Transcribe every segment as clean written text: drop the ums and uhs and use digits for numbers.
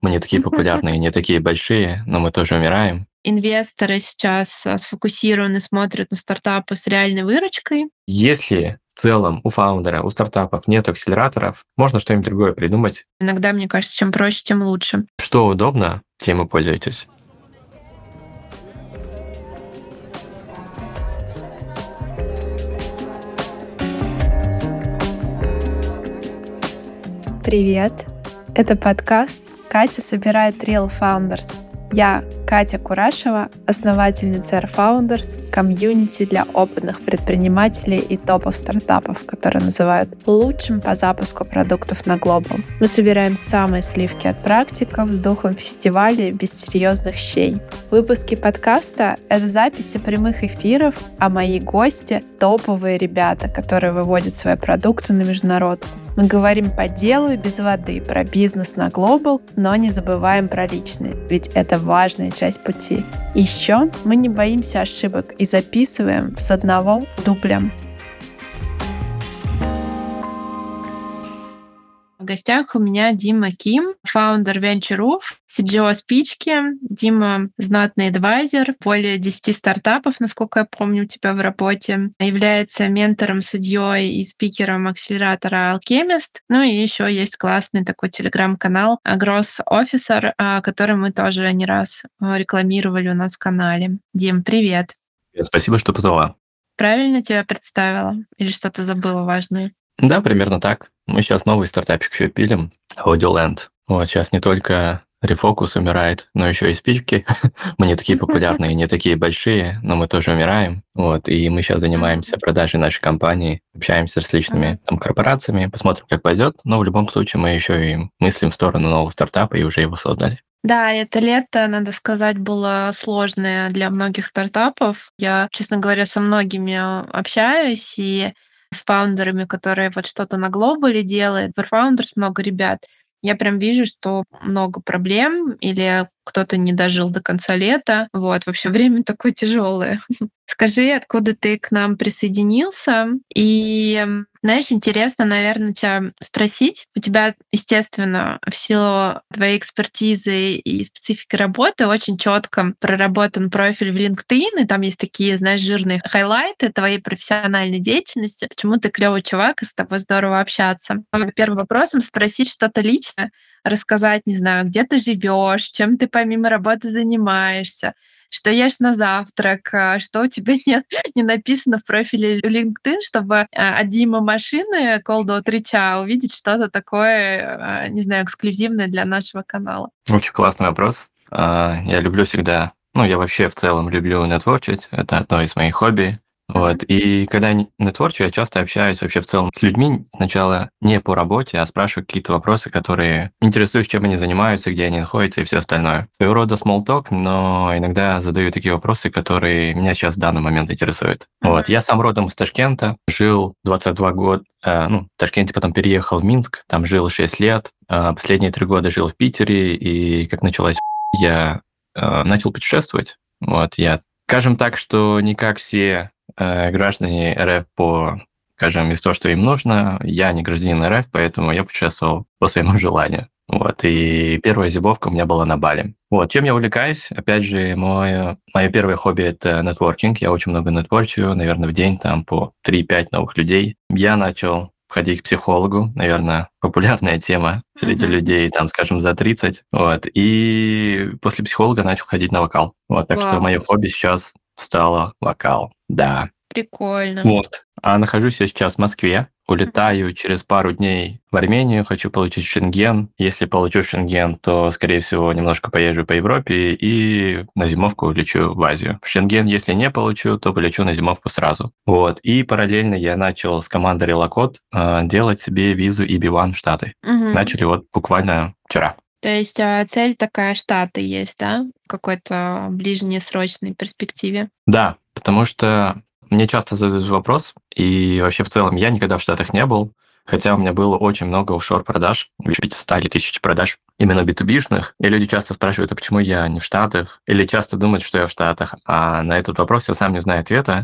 Мы не такие популярные, не такие большие, но мы тоже умираем. Инвесторы сейчас сфокусированы, смотрят на стартапы с реальной выручкой. Если в целом у фаундера, у стартапов нет акселераторов, можно что-нибудь другое придумать. Иногда, мне кажется, чем проще, тем лучше. Что удобно, тем и пользуйтесь. Привет! Это подкаст «Катя собирает Real Founders». Я Катя Курашева, основательница Air Founders, комьюнити для опытных предпринимателей и топов стартапов, которые называют лучшим по запуску продуктов на Global. Мы собираем самые сливки от практиков с духом фестиваля без серьезных щей. Выпуски подкаста — это записи прямых эфиров, а мои гости — топовые ребята, которые выводят свои продукты на международку. Мы говорим по делу и без воды про бизнес на Global, но не забываем про личные, ведь это важная часть пути. Еще мы не боимся ошибок и записываем с одного дубля. В гостях у меня Дима Ким, фаундер VentureRoof, CGO Спички. Дима — знатный адвайзер, более 10 стартапов, насколько я помню, у тебя в работе. Является ментором, судьей и спикером акселератора Alchemist. Ну и еще есть классный такой телеграм-канал Gross Officer, который мы тоже не раз рекламировали у нас в канале. Дим, привет. Спасибо, что позвала. Правильно тебя представила? Или что-то забыла важное? Да, примерно так. Мы сейчас новый стартапчик еще пилим, Audioland. Вот сейчас не только Refocus умирает, но еще и спички. Мы не такие популярные, не такие большие, но мы тоже умираем. Вот, и мы сейчас занимаемся продажей нашей компании, общаемся с различными там корпорациями, посмотрим, как пойдет. Но в любом случае мы еще и мыслим в сторону нового стартапа и уже его создали. Да, это лето, надо сказать, было сложное для многих стартапов. Я, честно говоря, со многими общаюсь, и с фаундерами, которые вот что-то на глобале делают. В Founders много ребят. Я прям вижу, что много проблем, или кто-то не дожил до конца лета. Вот, вообще время такое тяжелое. Скажи, откуда ты к нам присоединился? И, знаешь, интересно, наверное, тебя спросить. У тебя, естественно, в силу твоей экспертизы и специфики работы очень четко проработан профиль в LinkedIn, и там есть такие, знаешь, жирные хайлайты твоей профессиональной деятельности. Почему ты клевый чувак, и с тобой здорово общаться. Первым вопросом спросить что-то личное, рассказать, не знаю, где ты живешь, чем ты помимо работы занимаешься, что ешь на завтрак, что у тебя не написано в профиле LinkedIn, чтобы от Димы Машины, Cold Outreach, увидеть что-то такое, не знаю, эксклюзивное для нашего канала. Очень классный вопрос. Я люблю всегда, я вообще в целом люблю нетворчить, это одно из моих хобби. Вот. И когда я нетворчу, я часто общаюсь вообще в целом с людьми сначала не по работе, а спрашиваю какие-то вопросы, которые интересуют, чем они занимаются, где они находятся и все остальное. Своего рода small talk, но иногда задаю такие вопросы, которые меня сейчас в данный момент интересуют. Вот. Я сам родом из Ташкента, жил 22 года, в Ташкенте, потом переехал в Минск, там жил 6 лет, последние 3 года жил в Питере, и как началась я начал путешествовать. Вот, я, скажем так, что не как все граждане РФ из того, что им нужно. Я не гражданин РФ, поэтому я путешествовал по своему желанию. Вот, и первая зимовка у меня была на Бали. Вот, чем я увлекаюсь? Опять же, мое первое хобби — это нетворкинг. Я очень много нетворчу, наверное, в день там по 3-5 новых людей. Я начал ходить к психологу, наверное, популярная тема среди людей, там, скажем, за 30. Вот, и после психолога начал ходить на вокал. Вот, так что мое хобби сейчас стало вокал, да. Прикольно. Вот. А нахожусь я сейчас в Москве. Улетаю через пару дней в Армению, хочу получить Шенген. Если получу Шенген, то, скорее всего, немножко поезжу по Европе и на зимовку улечу в Азию. Шенген, если не получу, то полечу на зимовку сразу. Вот. И параллельно я начал с командой Релокод делать себе визу EB1 в Штаты. Начали вот буквально вчера. То есть цель такая, Штаты есть, да? В какой-то ближнесрочной перспективе. Да, потому что мне часто задают вопрос, и вообще в целом я никогда в Штатах не был, хотя у меня было очень много офшор-продаж, больше 500 или 1000 продаж, именно B2B-шных, и люди часто спрашивают, а почему я не в Штатах, или часто думают, что я в Штатах, а на этот вопрос я сам не знаю ответа.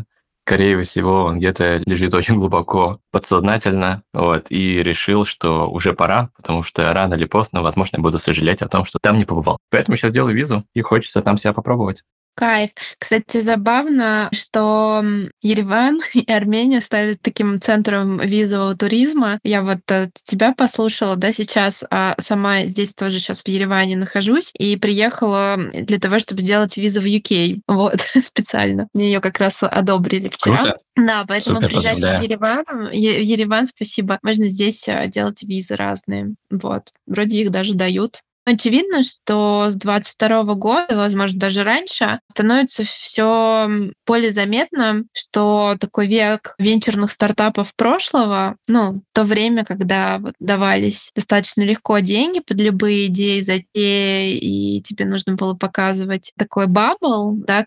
скорее всего, он где-то лежит очень глубоко подсознательно, и решил, что уже пора, потому что рано или поздно, возможно, я буду сожалеть о том, что там не побывал. Поэтому сейчас делаю визу, и хочется там себя попробовать. Кайф. Кстати, забавно, что Ереван и Армения стали таким центром визового туризма. Я вот тебя послушала, да, сейчас, а сама здесь тоже сейчас в Ереване нахожусь и приехала для того, чтобы сделать визу в UK. Вот, специально. Мне ее как раз одобрили вчера. Круто. Да, поэтому Супер, приезжайте в поздравляю. Ереван. В Ереван, спасибо. Можно здесь делать визы разные. Вот. Вроде их даже дают. Очевидно, что с 22 года, возможно, даже раньше, становится все более заметно, что такой век венчурных стартапов прошлого, то время, когда вот давались достаточно легко деньги под любые идеи, затеи, и тебе нужно было показывать такой бабл, да,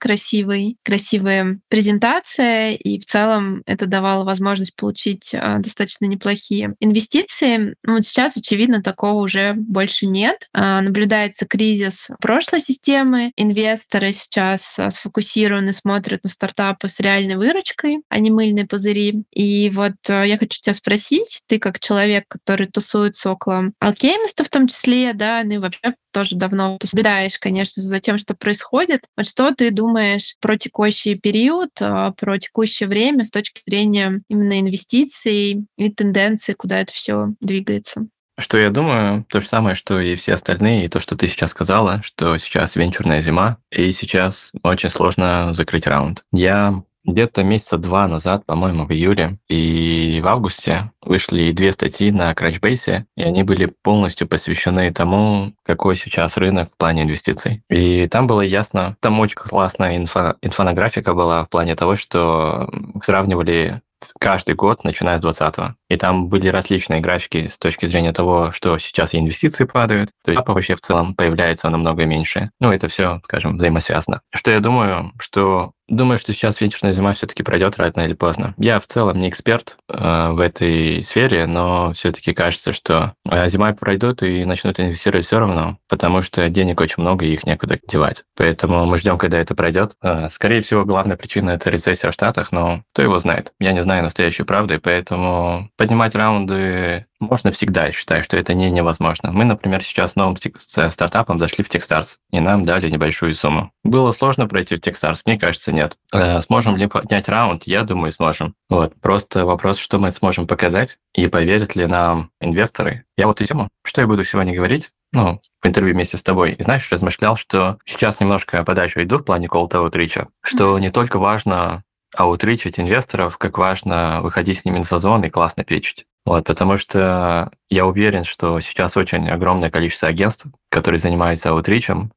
красивая презентация, и в целом это давало возможность получить достаточно неплохие инвестиции. Вот сейчас, очевидно, такого уже больше нет. Наблюдается кризис прошлой системы. Инвесторы сейчас сфокусированы, смотрят на стартапы с реальной выручкой, а не мыльные пузыри. И вот я хочу тебя спросить, ты как человек, который тусуется около алкемиста в том числе, да, ну и вообще тоже давно наблюдаешь, конечно, за тем, что происходит. Вот что ты думаешь про текущий период, про текущее время с точки зрения именно инвестиций и тенденций, куда это все двигается? Что я думаю, то же самое, что и все остальные, и то, что ты сейчас сказала, что сейчас венчурная зима, и сейчас очень сложно закрыть раунд. Я где-то месяца 2 назад, по-моему, в июле и в августе вышли 2 статьи на Crunchbase, и они были полностью посвящены тому, какой сейчас рынок в плане инвестиций. И там было ясно, там очень классная инфографика была в плане того, что сравнивали каждый год, начиная с 2020. И там были различные графики с точки зрения того, что сейчас и инвестиции падают, то есть вообще в целом появляется намного меньше. Это все, скажем, взаимосвязано. Что я думаю, Думаю, что сейчас венчурная зима все-таки пройдет рано или поздно. Я в целом не эксперт в этой сфере, но все-таки кажется, что зима пройдет и начнут инвестировать все равно, потому что денег очень много и их некуда девать. Поэтому мы ждем, когда это пройдет. Скорее всего, главная причина это рецессия в Штатах, но кто его знает? Я не знаю настоящей правды, поэтому поднимать раунды можно всегда, я считаю, что это невозможно. Мы, например, сейчас новым стартапом зашли в Techstars, и нам дали небольшую сумму. Было сложно пройти в Techstars? Мне кажется, нет. Сможем ли поднять раунд? Я думаю, сможем. Просто вопрос, что мы сможем показать, и поверят ли нам инвесторы. Я и тему, что я буду сегодня говорить, в интервью вместе с тобой. И знаешь, размышлял, что сейчас немножко подальше иду в плане cold outreach, что не только важно аутричить инвесторов, как важно выходить с ними на созвон и классно пичить. Потому что я уверен, что сейчас очень огромное количество агентств, которые занимаются аутричем,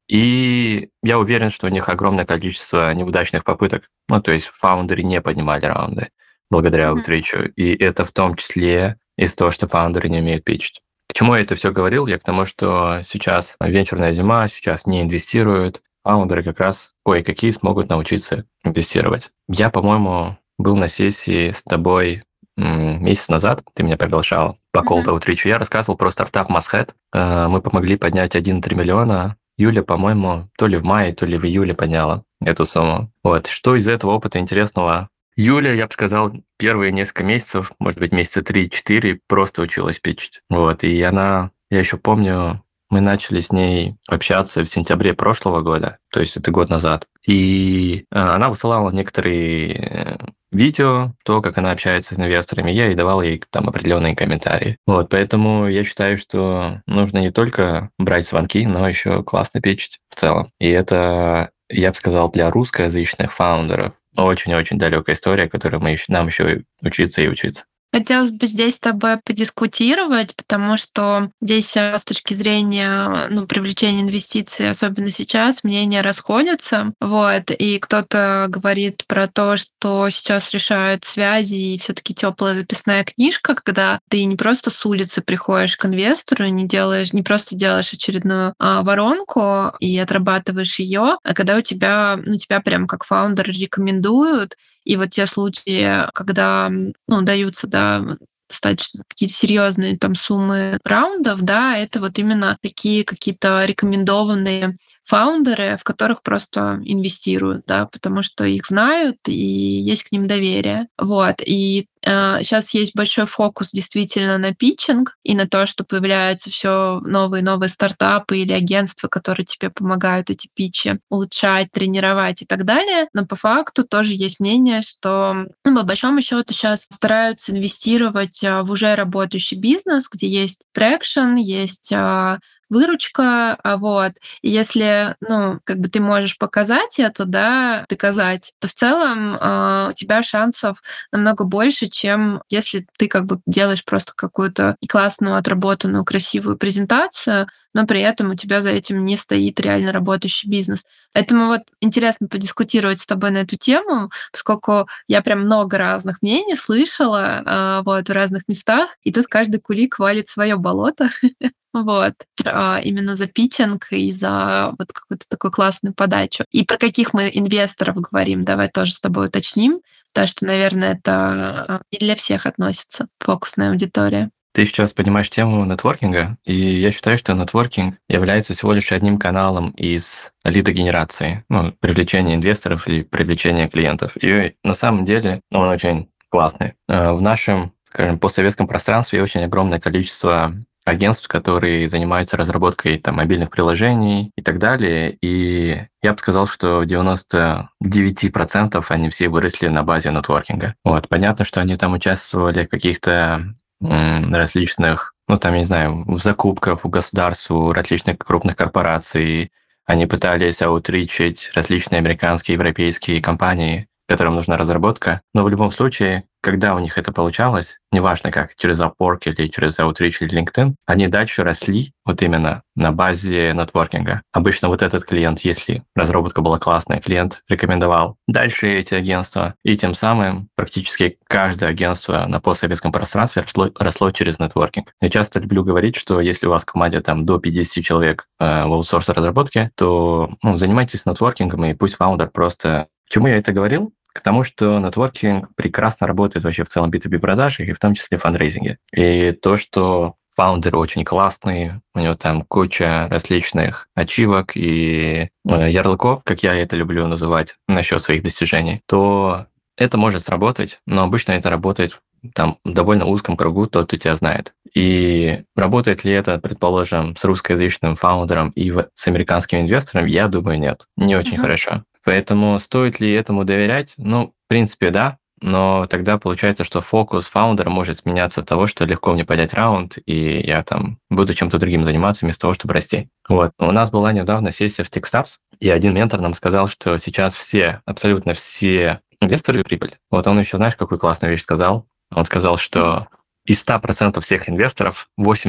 и я уверен, что у них огромное количество неудачных попыток. То есть фаундеры не поднимали раунды благодаря аутричу, и это в том числе из-за того, что фаундеры не умеют пичить. К чему я это все говорил? Я к тому, что сейчас венчурная зима, сейчас не инвестируют, фаундеры как раз кое-какие смогут научиться инвестировать. Я, по-моему, был на сессии с тобой месяц назад, ты меня приглашал по cold outreach. Я рассказывал про стартап Masthead. Мы помогли поднять 1,3 миллиона. Юля, по-моему, то ли в мае, то ли в июле подняла эту сумму. Что из этого опыта интересного? Юля, я бы сказал, первые несколько месяцев, может быть, месяца 3-4, просто училась пичить. И она, я еще помню, мы начали с ней общаться в сентябре прошлого года, то есть это год назад. И она высылала некоторые видео, то, как она общается с инвесторами, я ей давал ей там определенные комментарии. Поэтому я считаю, что нужно не только брать звонки, но еще классно пичить в целом. И это, я бы сказал, для русскоязычных фаундеров очень-очень далекая история, которой нам еще учиться и учиться. Хотелось бы здесь с тобой подискутировать, потому что здесь с точки зрения привлечения инвестиций, особенно сейчас, мнения расходятся. И кто-то говорит про то, что сейчас решают связи и все-таки теплая записная книжка, когда ты не просто с улицы приходишь к инвестору, не просто делаешь очередную воронку и отрабатываешь ее, а когда тебя прям как фаундер рекомендуют. И те случаи, когда даются, достаточно какие-то серьезные там суммы раундов, да, это вот именно такие какие-то рекомендованные фаундеры, в которых просто инвестируют, да, потому что их знают и есть к ним доверие. Вот. И сейчас есть большой фокус действительно на питчинг и на то, что появляются все новые и новые стартапы или агентства, которые тебе помогают эти питчи улучшать, тренировать и так далее. Но по факту тоже есть мнение, что по большому счету сейчас стараются инвестировать в уже работающий бизнес, где есть трекшн, есть выручка, вот. И если, как бы ты можешь показать это, да, доказать, то в целом у тебя шансов намного больше, чем если ты как бы делаешь просто какую-то классную, отработанную, красивую презентацию, но при этом у тебя за этим не стоит реально работающий бизнес. Поэтому вот интересно подискутировать с тобой на эту тему, поскольку я прям много разных мнений слышала вот, в разных местах, и тут каждый кулик валит свое болото. Вот. Именно за питчинг и за вот какую-то такую классную подачу. И про каких мы инвесторов говорим, давай тоже с тобой уточним, потому что, наверное, это не для всех относится, фокусная аудитория. Ты сейчас поднимаешь тему нетворкинга, и я считаю, что нетворкинг является всего лишь одним каналом из лидогенерации, привлечения инвесторов или привлечения клиентов. И на самом деле он очень классный. В нашем, скажем, постсоветском пространстве очень огромное количество агентств, которые занимаются разработкой там, мобильных приложений и так далее. И я бы сказал, что 99% они все выросли на базе нетворкинга. Вот. Понятно, что они там участвовали в каких-то различных, я не знаю, в закупках у государств, у различных крупных корпораций. Они пытались аутричить различные американские, европейские компании, которым нужна разработка. Но в любом случае, когда у них это получалось, неважно как, через Upwork или через Outreach или LinkedIn, они дальше росли вот именно на базе нетворкинга. Обычно вот этот клиент, если разработка была классная, клиент рекомендовал дальше эти агентства, и тем самым практически каждое агентство на постсоветском пространстве росло через нетворкинг. Я часто люблю говорить, что если у вас в команде там до 50 человек в аутсорс-разработке, то занимайтесь нетворкингом, и пусть фаундер просто... Почему я это говорил? К тому, что нетворкинг прекрасно работает вообще в целом B2B продажах и в том числе в фандрейзинге. И то, что фаундеры очень классные, у него там куча различных ачивок и ярлыков, как я это люблю называть, насчет своих достижений, то это может сработать, но обычно это работает там в довольно узком кругу, тот, кто тебя знает. И работает ли это, предположим, с русскоязычным фаундером и с американским инвестором, я думаю, нет. Не очень хорошо. Поэтому стоит ли этому доверять? В принципе, да. Но тогда получается, что фокус фаундера может сменяться от того, что легко мне поднять раунд, и я там буду чем-то другим заниматься вместо того, чтобы расти. Вот. У нас была недавно сессия в Techstars, и один ментор нам сказал, что сейчас абсолютно все инвесторы прибыль. Вот он еще, знаешь, какую классную вещь сказал? Он сказал, что из 100% всех инвесторов,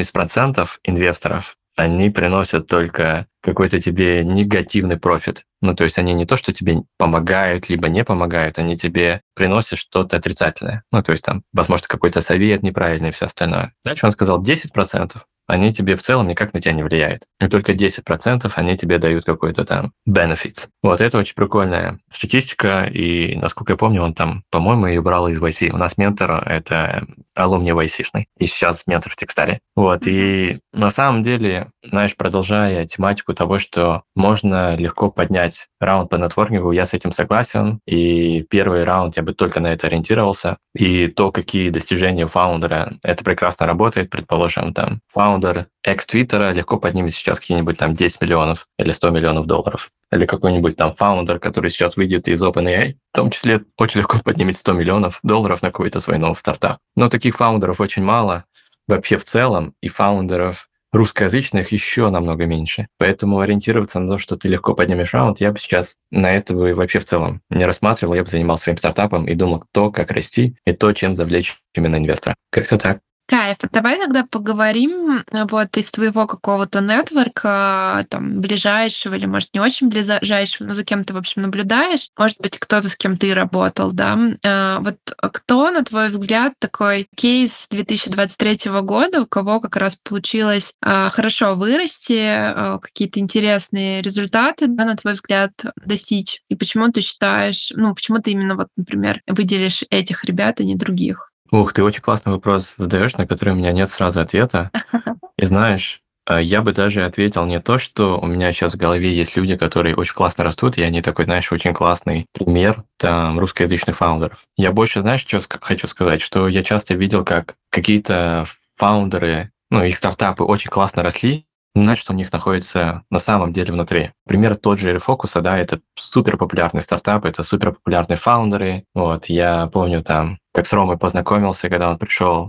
80% инвесторов, они приносят только какой-то тебе негативный профит. То есть они не то, что тебе помогают, либо не помогают, они тебе приносят что-то отрицательное. То есть там, возможно, какой-то совет неправильный и все остальное. Дальше он сказал 10%. Они тебе в целом никак на тебя не влияют. И только 10% они тебе дают какой-то там benefit. Вот это очень прикольная статистика, и, насколько я помню, он там, по-моему, ее брал из YC. У нас ментор — это алумни YC-шный, и сейчас ментор в Текстаре. Вот, и на самом деле, знаешь, продолжая тематику того, что можно легко поднять раунд по нетворкингу, я с этим согласен, и первый раунд я бы только на это ориентировался, и то, какие достижения у фаундера, это прекрасно работает, предположим, там, фаундер экс-твиттера легко поднимет сейчас какие-нибудь там 10 миллионов или 100 миллионов долларов. Или какой-нибудь там фаундер, который сейчас выйдет из OpenAI, в том числе очень легко поднимет 100 миллионов долларов на какой-то свой новый стартап. Но таких фаундеров очень мало вообще в целом, и фаундеров русскоязычных еще намного меньше. Поэтому ориентироваться на то, что ты легко поднимешь раунд, я бы сейчас на это бы вообще в целом не рассматривал. Я бы занимался своим стартапом и думал, кто, как расти, и то, чем завлечь именно инвестора. Как-то так. Кайф. Давай тогда поговорим вот из твоего какого-то нетворка, там, ближайшего или, может, не очень ближайшего, но за кем ты, в общем, наблюдаешь. Может быть, кто-то, с кем ты работал, да. Вот кто, на твой взгляд, такой кейс 2023 года, у кого как раз получилось хорошо вырасти, какие-то интересные результаты, да, на твой взгляд, достичь? И почему ты считаешь, почему ты именно, вот, например, выделишь этих ребят, а не других? Ух, ты очень классный вопрос задаешь, на который у меня нет сразу ответа. И знаешь, я бы даже ответил не то, что у меня сейчас в голове есть люди, которые очень классно растут, и они такой, знаешь, очень классный пример там русскоязычных фаундеров. Я больше, знаешь, что хочу сказать, что я часто видел, как какие-то фаундеры, ну, их стартапы очень классно росли, но знаешь, что у них находится на самом деле внутри. Пример тот же Рефокуса, да, это супер популярный стартап, это супер популярные фаундеры. Вот, я помню там, как с Ромой познакомился, когда он пришел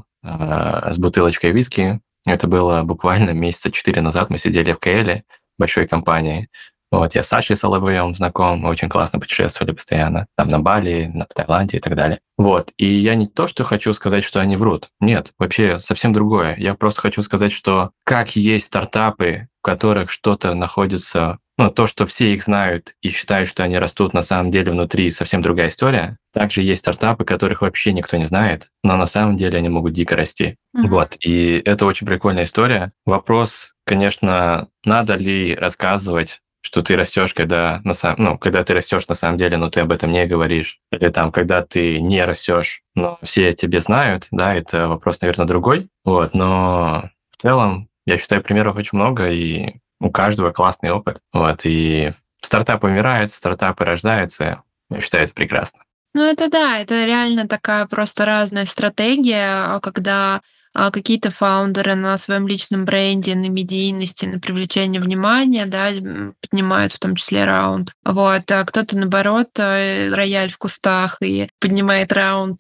с бутылочкой виски. Это было буквально месяца 4 назад. Мы сидели в КЛе, большой компании. Вот, я с Сашей Соловьевым знаком, мы очень классно путешествовали постоянно, там на Бали, в Таиланде и так далее. Вот, и я не то, что хочу сказать, что они врут. Нет, вообще совсем другое. Я просто хочу сказать, что как есть стартапы, в которых что-то находится, ну, то, что все их знают и считают, что они растут, на самом деле внутри совсем другая история. Также есть стартапы, которых вообще никто не знает, но на самом деле они могут дико расти. Вот, и это очень прикольная история. Вопрос, конечно, надо ли рассказывать, что ты растешь, когда когда ты растешь на самом деле, но ты об этом не говоришь, или там, когда ты не растешь, но все тебе знают, да, это вопрос, наверное, другой. Вот, но в целом, я считаю, примеров очень много, и у каждого классный опыт. Вот, и стартапы умирают, стартапы рождаются. Я считаю, это прекрасно. Ну, это да, это реально такая просто разная стратегия, когда какие-то фаундеры на своем личном бренде, на медийности, на привлечение внимания, да, поднимают в том числе раунд. Вот, а кто-то, наоборот, рояль в кустах и поднимает раунд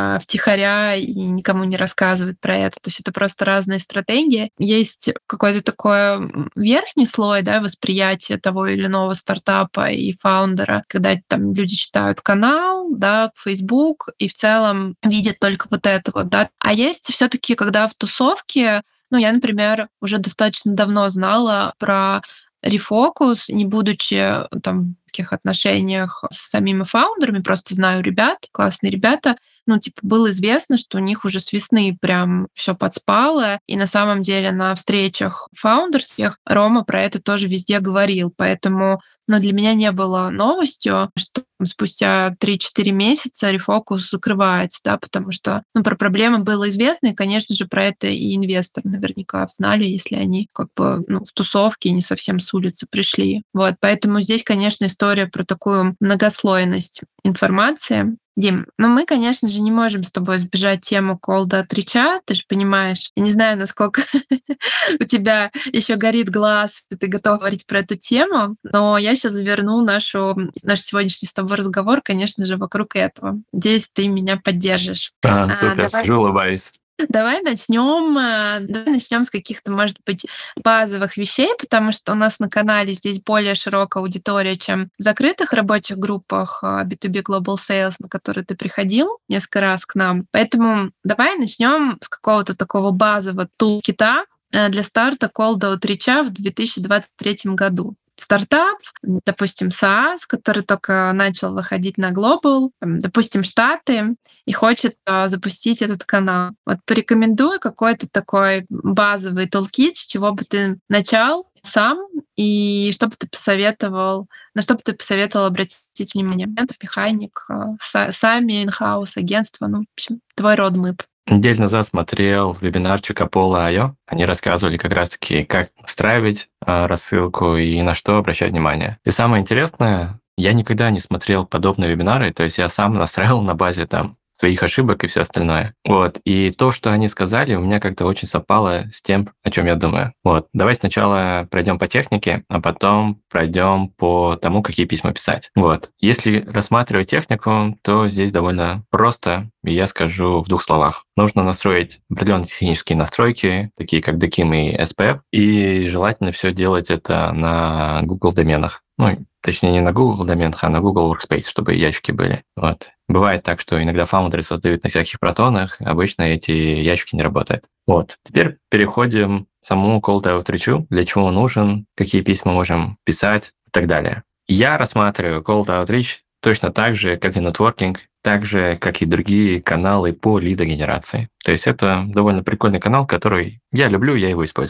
втихаря и никому не рассказывает про это. То есть это просто разные стратегии. Есть какой-то такой верхний слой, да, восприятия того или иного стартапа и фаундера, когда там люди читают канал, да, Facebook, и в целом видят только вот это вот, да. А есть все таки когда в тусовке, ну, я, например, уже достаточно давно знала про Refocus, не будучи там в таких отношениях с самими фаундерами, просто знаю ребят, классные ребята. Ну, типа, было известно, что у них уже с весны прям все подспало, и на самом деле на встречах фаундерских Рома про это тоже везде говорил. Поэтому, ну, для меня не было новостью, что спустя 3-4 месяца Refocus закрывается, да, потому что, ну, про проблемы было известно, и, конечно же, про это и инвесторы наверняка знали, если они как бы, ну, в тусовке не совсем с улицы пришли. Вот, поэтому здесь, конечно, история про такую многослойность информации. Дим, ну мы, конечно же, не можем с тобой избежать тему cold outreach, ты же понимаешь. Я не знаю, насколько у тебя еще горит глаз, и ты готов говорить про эту тему, но я сейчас заверну наш сегодняшний с тобой разговор, конечно же, вокруг этого. Надеюсь, ты меня поддержишь. Супер, Давай сижу, улыбаюсь. Давай начнем с каких-то, может быть, базовых вещей, потому что у нас на канале здесь более широкая аудитория, чем в закрытых рабочих группах B2B Global Sales, на которые ты приходил несколько раз к нам. Поэтому давай начнем с какого-то такого базового тулкита для старта Cold Outreach в 2023 году. Стартап, допустим, SaaS, который только начал выходить на Global, допустим, Штаты, и хочет запустить этот канал. Вот порекомендуй какой-то такой базовый тулкит, с чего бы ты начал сам, и что бы ты посоветовал, на что бы ты посоветовал обратить внимание? Агентов, механик, сами in-house, агентства, ну, в общем, твой roadmap. Неделю назад смотрел вебинарчик Apollo.io. Они рассказывали как раз-таки, как настраивать рассылку и на что обращать внимание. И самое интересное, я никогда не смотрел подобные вебинары, то есть я сам настраивал на базе там своих ошибок и все остальное. Вот. И то, что они сказали, у меня как-то очень совпало с тем, о чем я думаю. Вот. Давай сначала пройдем по технике, а потом пройдем по тому, какие письма писать. Вот. Если рассматривать технику, то здесь довольно просто, и я скажу в 2 словах. Нужно настроить определенные технические настройки, такие как DKIM и SPF, и желательно все делать это на Google доменах. Ну, точнее, не на Google доменах, а на Google Workspace, чтобы ящики были. Вот. Бывает так, что иногда фаундеры создают на всяких протонах, обычно эти ящики не работают. Вот. Теперь переходим к самому Cold Outreach, для чего он нужен, какие письма можем писать и так далее. Я рассматриваю Cold Outreach точно так же, как и нетворкинг, так же, как и другие каналы по лидогенерации. То есть это довольно прикольный канал, который я люблю, я его использую.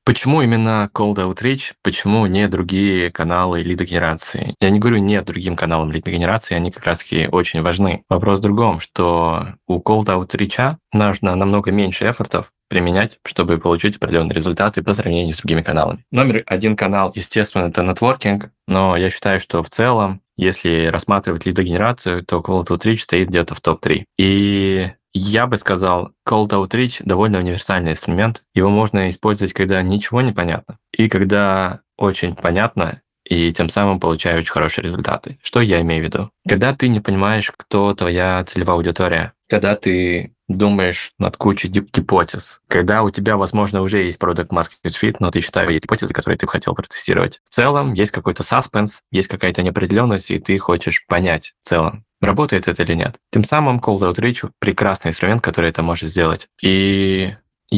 Почему именно Cold Outreach? Почему не другие каналы лидогенерации? Я не говорю нет другим каналам лидогенерации, они как раз-таки очень важны. Вопрос в другом, что у Cold Outreach нужно намного меньше эфортов применять, чтобы получить определенные результаты по сравнению с другими каналами. Номер один канал, естественно, это нетворкинг, но я считаю, что в целом, если рассматривать лидогенерацию, то Cold Outreach стоит где-то в топ-3. И я бы сказал, Cold Outreach довольно универсальный инструмент. Его можно использовать, когда ничего не понятно, и когда очень понятно, и тем самым получаю очень хорошие результаты. Что я имею в виду? Когда ты не понимаешь, кто твоя целевая аудитория, когда ты думаешь над кучей гипотез, когда у тебя, возможно, уже есть Product Market Fit, но ты считаешь гипотезы, которые ты бы хотел протестировать. В целом есть какой-то саспенс, есть какая-то неопределенность, и ты хочешь понять в целом, работает это или нет. Тем самым Cold Outreach — прекрасный инструмент, который это может сделать. И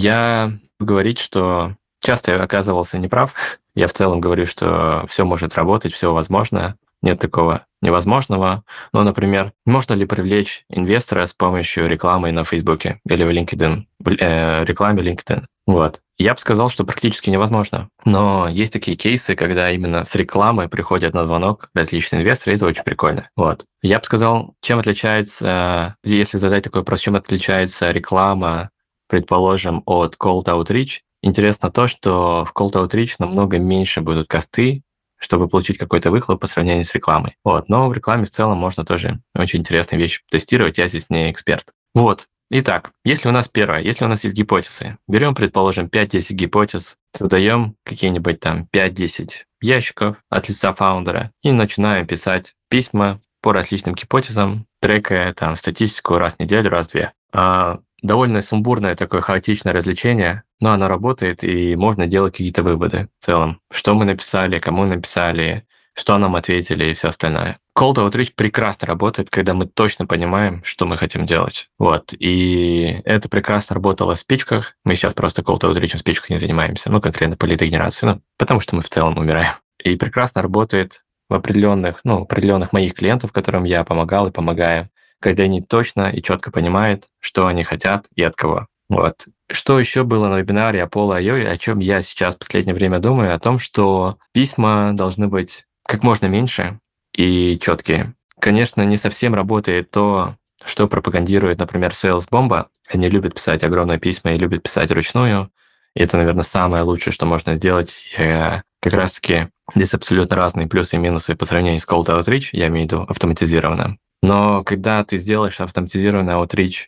я говорить, что часто я оказывался неправ. Я в целом говорю, что все может работать, все возможно. Нет такого невозможного. Но, например, можно ли привлечь инвестора с помощью рекламы на Фейсбуке или в LinkedIn, рекламе LinkedIn? Вот. Я бы сказал, что практически невозможно. Но есть такие кейсы, когда именно с рекламой приходят на звонок различные инвесторы, и это очень прикольно. Вот. Я бы сказал, чем отличается, если задать такой вопрос, чем отличается реклама, предположим, от Cold Outreach, интересно то, что в Cold Outreach намного меньше будут косты, чтобы получить какой-то выхлоп по сравнению с рекламой. Вот. Но в рекламе в целом можно тоже очень интересные вещи тестировать, я здесь не эксперт. Вот. Итак, если у нас есть гипотезы, берем, предположим, 5-10 гипотез, создаем какие-нибудь там 5-10 ящиков от лица фаундера и начинаем писать письма по различным гипотезам, трекая там статистику раз в неделю, раз в две. Довольно сумбурное такое хаотичное развлечение, но оно работает, и можно делать какие-то выводы в целом. Что мы написали, кому написали, что нам ответили и все остальное. Cold Outreach прекрасно работает, когда мы точно понимаем, что мы хотим делать. Вот. И это прекрасно работало в спичках. Мы сейчас просто Cold Outreach в спичках не занимаемся, конкретно по лидогенерации, потому что мы в целом умираем. И прекрасно работает в определенных моих клиентов, которым я помогал и помогаю, когда они точно и четко понимают, что они хотят и от кого. Вот. Что еще было на вебинаре Apollo.io, о чем я сейчас в последнее время думаю, о том, что письма должны быть как можно меньше и четкие. Конечно, не совсем работает то, что пропагандирует, например, Sales Bomba. Они любят писать огромные письма и любят писать вручную. И это, наверное, самое лучшее, что можно сделать. Как раз-таки здесь абсолютно разные плюсы и минусы по сравнению с Cold Outreach, я имею в виду автоматизированно. Но когда ты сделаешь автоматизированный outreach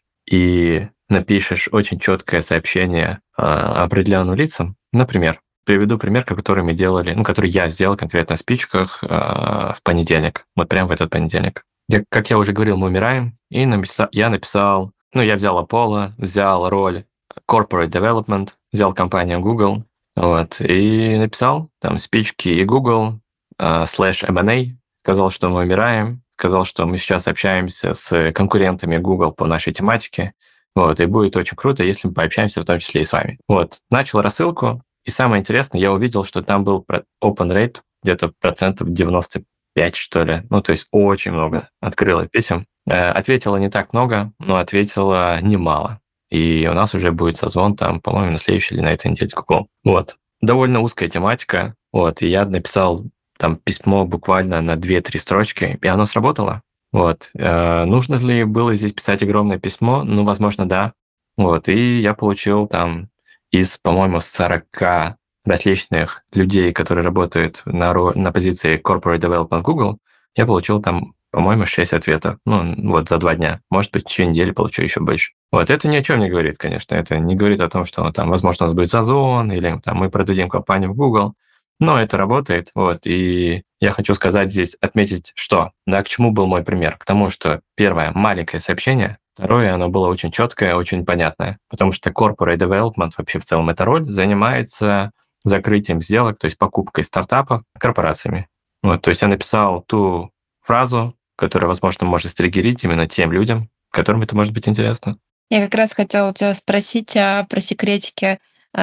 и напишешь очень четкое сообщение определенным лицам, например, приведу пример, который мы делали, который я сделал конкретно в спичках в понедельник, вот прямо в этот понедельник. Как я уже говорил, мы умираем, и я написал, я взял Apollo, взял роль Corporate Development, взял компанию Google, вот, и написал там спички и Google /M&A, сказал, что мы умираем, сказал, что мы сейчас общаемся с конкурентами Google по нашей тематике, вот, и будет очень круто, если мы пообщаемся в том числе и с вами. Вот, начал рассылку, и самое интересное, я увидел, что там был open rate где-то 95%, что ли, то есть очень много открыло писем. Ответила не так много, но ответила немало. И у нас уже будет созвон там, по-моему, на следующей или на этой неделе с Google. Вот. Довольно узкая тематика. Вот. И я написал там письмо буквально на 2-3 строчки, и оно сработало. Вот. Нужно ли было здесь писать огромное письмо? Возможно, да. Вот. И я получил там из, по-моему, 40 различных людей, которые работают на позиции Corporate Development Google, я получил там, по-моему, 6 ответов. За 2 дня. Может быть, в течение недели получу еще больше. Вот. Это ни о чем не говорит, конечно. Это не говорит о том, что там, возможно, у нас будет созвон, или там мы продадим компанию в Google. Но это работает. Вот. И я хочу сказать здесь, отметить, что, к чему был мой пример? К тому, что первое, маленькое сообщение, второе, оно было очень четкое, очень понятное. Потому что corporate development, вообще в целом эта роль, занимается закрытием сделок, то есть покупкой стартапов корпорациями. Вот, то есть я написал ту фразу, которая, возможно, может стригерить именно тем людям, которым это может быть интересно. Я как раз хотела тебя спросить про секретики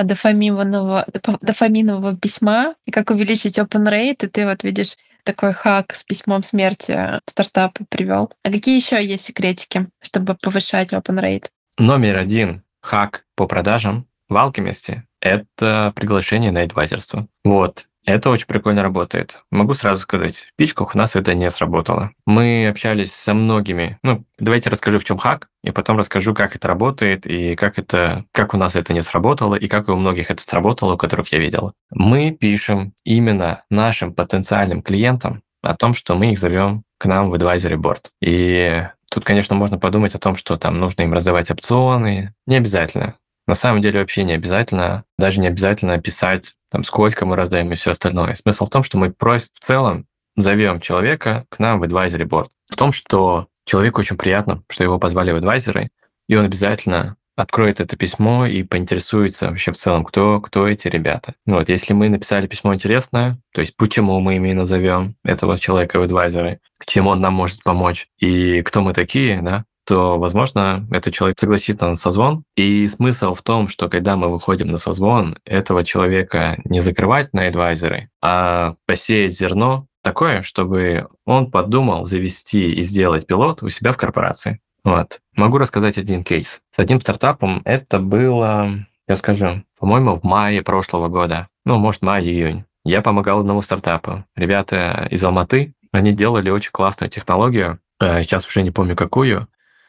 дофаминового письма и как увеличить open rate, и ты вот видишь такой хак с письмом смерти стартапа привел. А какие еще есть секретики, чтобы повышать open rate? Номер 1 хак по продажам в Alchemist это приглашение на адвайзерство. Вот. Это очень прикольно работает. Могу сразу сказать, в пичках у нас это не сработало. Мы общались со многими. Ну, давайте расскажу, в чем хак, и потом расскажу, как это работает, и как у нас это не сработало, и как у многих это сработало, у которых я видел. Мы пишем именно нашим потенциальным клиентам о том, что мы их зовем к нам в advisory board. И тут, конечно, можно подумать о том, что там нужно им раздавать опционы. Не обязательно. На самом деле вообще не обязательно, даже не обязательно писать, там, сколько мы раздаем и все остальное. Смысл в том, что мы просто в целом зовем человека к нам в advisory board. В том, что человеку очень приятно, что его позвали в адвайзеры, и он обязательно откроет это письмо и поинтересуется вообще в целом, кто эти ребята. Ну вот, если мы написали письмо интересное, то есть почему мы именно зовем этого человека в адвайзеры, к чему он нам может помочь и кто мы такие, да, то, возможно, этот человек согласится на созвон. И смысл в том, что когда мы выходим на созвон, этого человека не закрывать на адвайзеры, а посеять зерно такое, чтобы он подумал завести и сделать пилот у себя в корпорации. Вот. Могу рассказать один кейс. С одним стартапом это было, я скажу, по-моему, в мае прошлого года. Ну, может, май-июнь. Я помогал одному стартапу. Ребята из Алматы, они делали очень классную технологию. Сейчас уже не помню какую,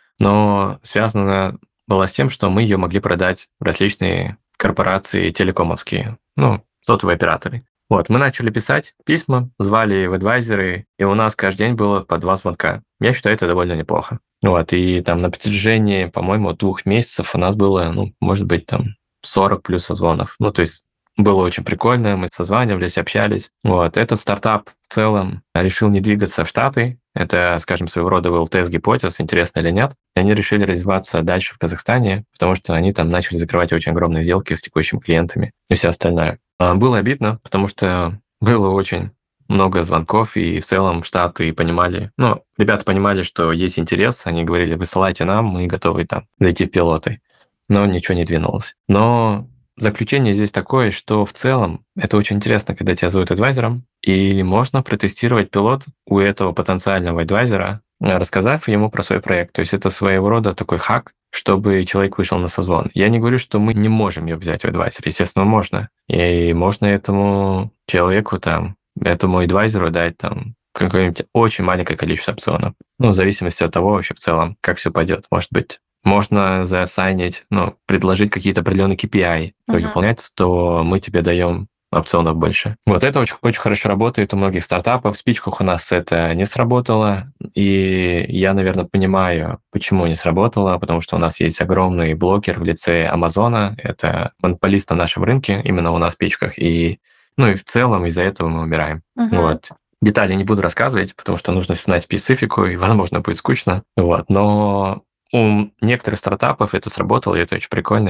но связано было с тем, что мы ее могли продать в различные корпорации телекомовские, ну, сотовые операторы. Вот, мы начали писать письма, звали в адвайзеры, и у нас каждый день было по 2 звонка. Я считаю, это довольно неплохо. Вот, и там на протяжении, по-моему, 2 месяцев у нас было, ну, может быть, там 40 плюс созвонов. Ну, то есть было очень прикольно, мы созванивались, общались. Вот, этот стартап в целом решил не двигаться в Штаты. Это, скажем, своего рода был тест-гипотез, интересно или нет. И они решили развиваться дальше в Казахстане, потому что они там начали закрывать очень огромные сделки с текущими клиентами и все остальное. Было обидно, потому что было очень много звонков, и в целом Штаты понимали, ну, ребята понимали, что есть интерес, они говорили, высылайте нам, мы готовы там зайти в пилоты. Но ничего не двинулось. Но заключение здесь такое, что в целом это очень интересно, когда тебя зовут адвайзером, и можно протестировать пилот у этого потенциального адвайзера, рассказав ему про свой проект. То есть это своего рода такой хак, чтобы человек вышел на созвон. Я не говорю, что мы не можем ее взять в адвайзер. Естественно, можно. И можно этому человеку, там, этому адвайзеру дать там какое-нибудь очень маленькое количество опционов. Ну, в зависимости от того вообще в целом, как все пойдет. Может быть, можно заассайнить, ну, предложить какие-то определенные KPI, которые выполнять, то мы тебе даем опционов больше. Вот это очень, очень хорошо работает у многих стартапов. В спичках у нас это не сработало, и я, наверное, понимаю, почему не сработало, потому что у нас есть огромный блокер в лице Амазона, это монополист на нашем рынке, именно у нас в спичках, и, ну, и в целом из-за этого мы умираем. Вот. Детали не буду рассказывать, потому что нужно знать специфику, и, возможно, будет скучно. Вот. Но у некоторых стартапов это сработало, и это очень прикольно.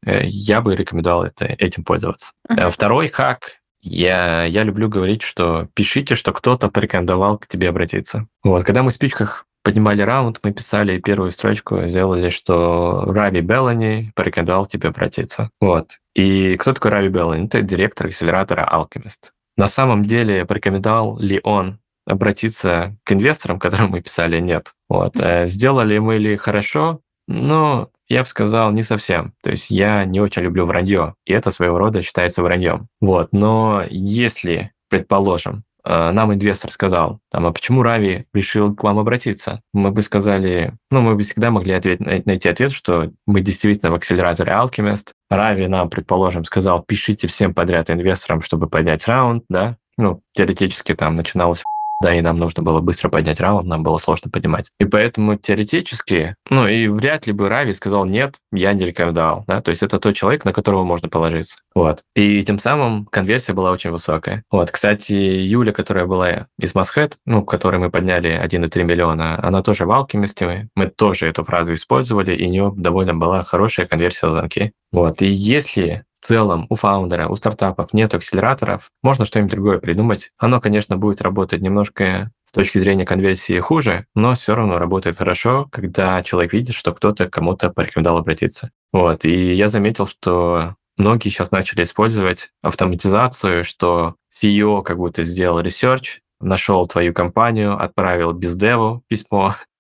Я бы рекомендовал этим пользоваться. Второй хак. Я люблю говорить, что пишите, что кто-то порекомендовал к тебе обратиться. Вот, когда мы в спичках поднимали раунд, мы писали первую строчку, сделали, что Рави Беллани порекомендовал к тебе обратиться. Вот. И кто такой Рави Беллани? Это директор акселератора Alchemist. На самом деле, порекомендовал ли он обратиться к инвесторам, которым мы писали, нет. Вот. Сделали мы ли хорошо? Ну, я бы сказал, не совсем. То есть я не очень люблю вранье, и это своего рода считается враньем. Вот. Но если, предположим, нам инвестор сказал, там, а почему Рави решил к вам обратиться? Мы бы сказали, ну, мы бы всегда могли найти ответ, что мы действительно в акселераторе Alchemist. Рави нам, предположим, сказал, пишите всем подряд инвесторам, чтобы поднять раунд, да? Ну, теоретически там начиналось да, и нам нужно было быстро поднять раунд, нам было сложно поднимать. И поэтому теоретически, ну и вряд ли бы Рави сказал, нет, я не рекомендовал, да, то есть это тот человек, на которого можно положиться. Вот. И тем самым конверсия была очень высокая. Вот, кстати, Юля, которая была из Masthead, ну, которой мы подняли 1,3 миллиона, она тоже в Alchemist, мы тоже эту фразу использовали, и у нее довольно была хорошая конверсия в звонки. Вот, и если в целом у фаундера, у стартапов нет акселераторов, можно что-нибудь другое придумать. Оно, конечно, будет работать немножко с точки зрения конверсии хуже, но все равно работает хорошо, когда человек видит, что кто-то кому-то порекомендовал обратиться. Вот. И я заметил, что многие сейчас начали использовать автоматизацию, что CEO как будто сделал ресерч, нашел твою компанию, отправил бездеву письмо,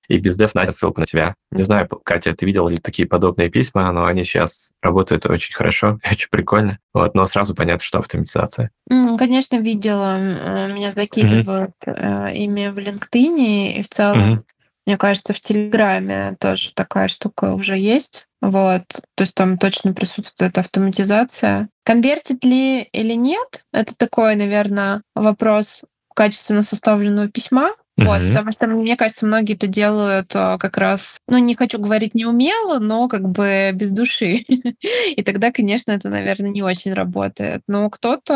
и без деф на ссылку на тебя. Не знаю, Катя, ты видела ли такие подобные письма, но они сейчас работают очень хорошо, очень прикольно. Вот, но сразу понятно, что автоматизация. Конечно, видела. Меня Мгм. закидывают ими в LinkedIn, и в целом, Мгм. мне кажется, в Телеграме тоже такая штука уже есть. Вот. То есть там точно присутствует автоматизация. Конвертит ли или нет? Это такой, наверное, вопрос качественно составленного письма. Вот, Мгм. потому что, мне кажется, многие это делают как раз, ну, не хочу говорить неумело, но как бы без души. И тогда, конечно, это, наверное, не очень работает. Но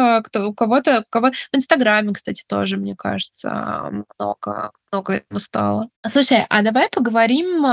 у кого-то, в Инстаграме, кстати, тоже, мне кажется, много этому стало. Слушай, а давай поговорим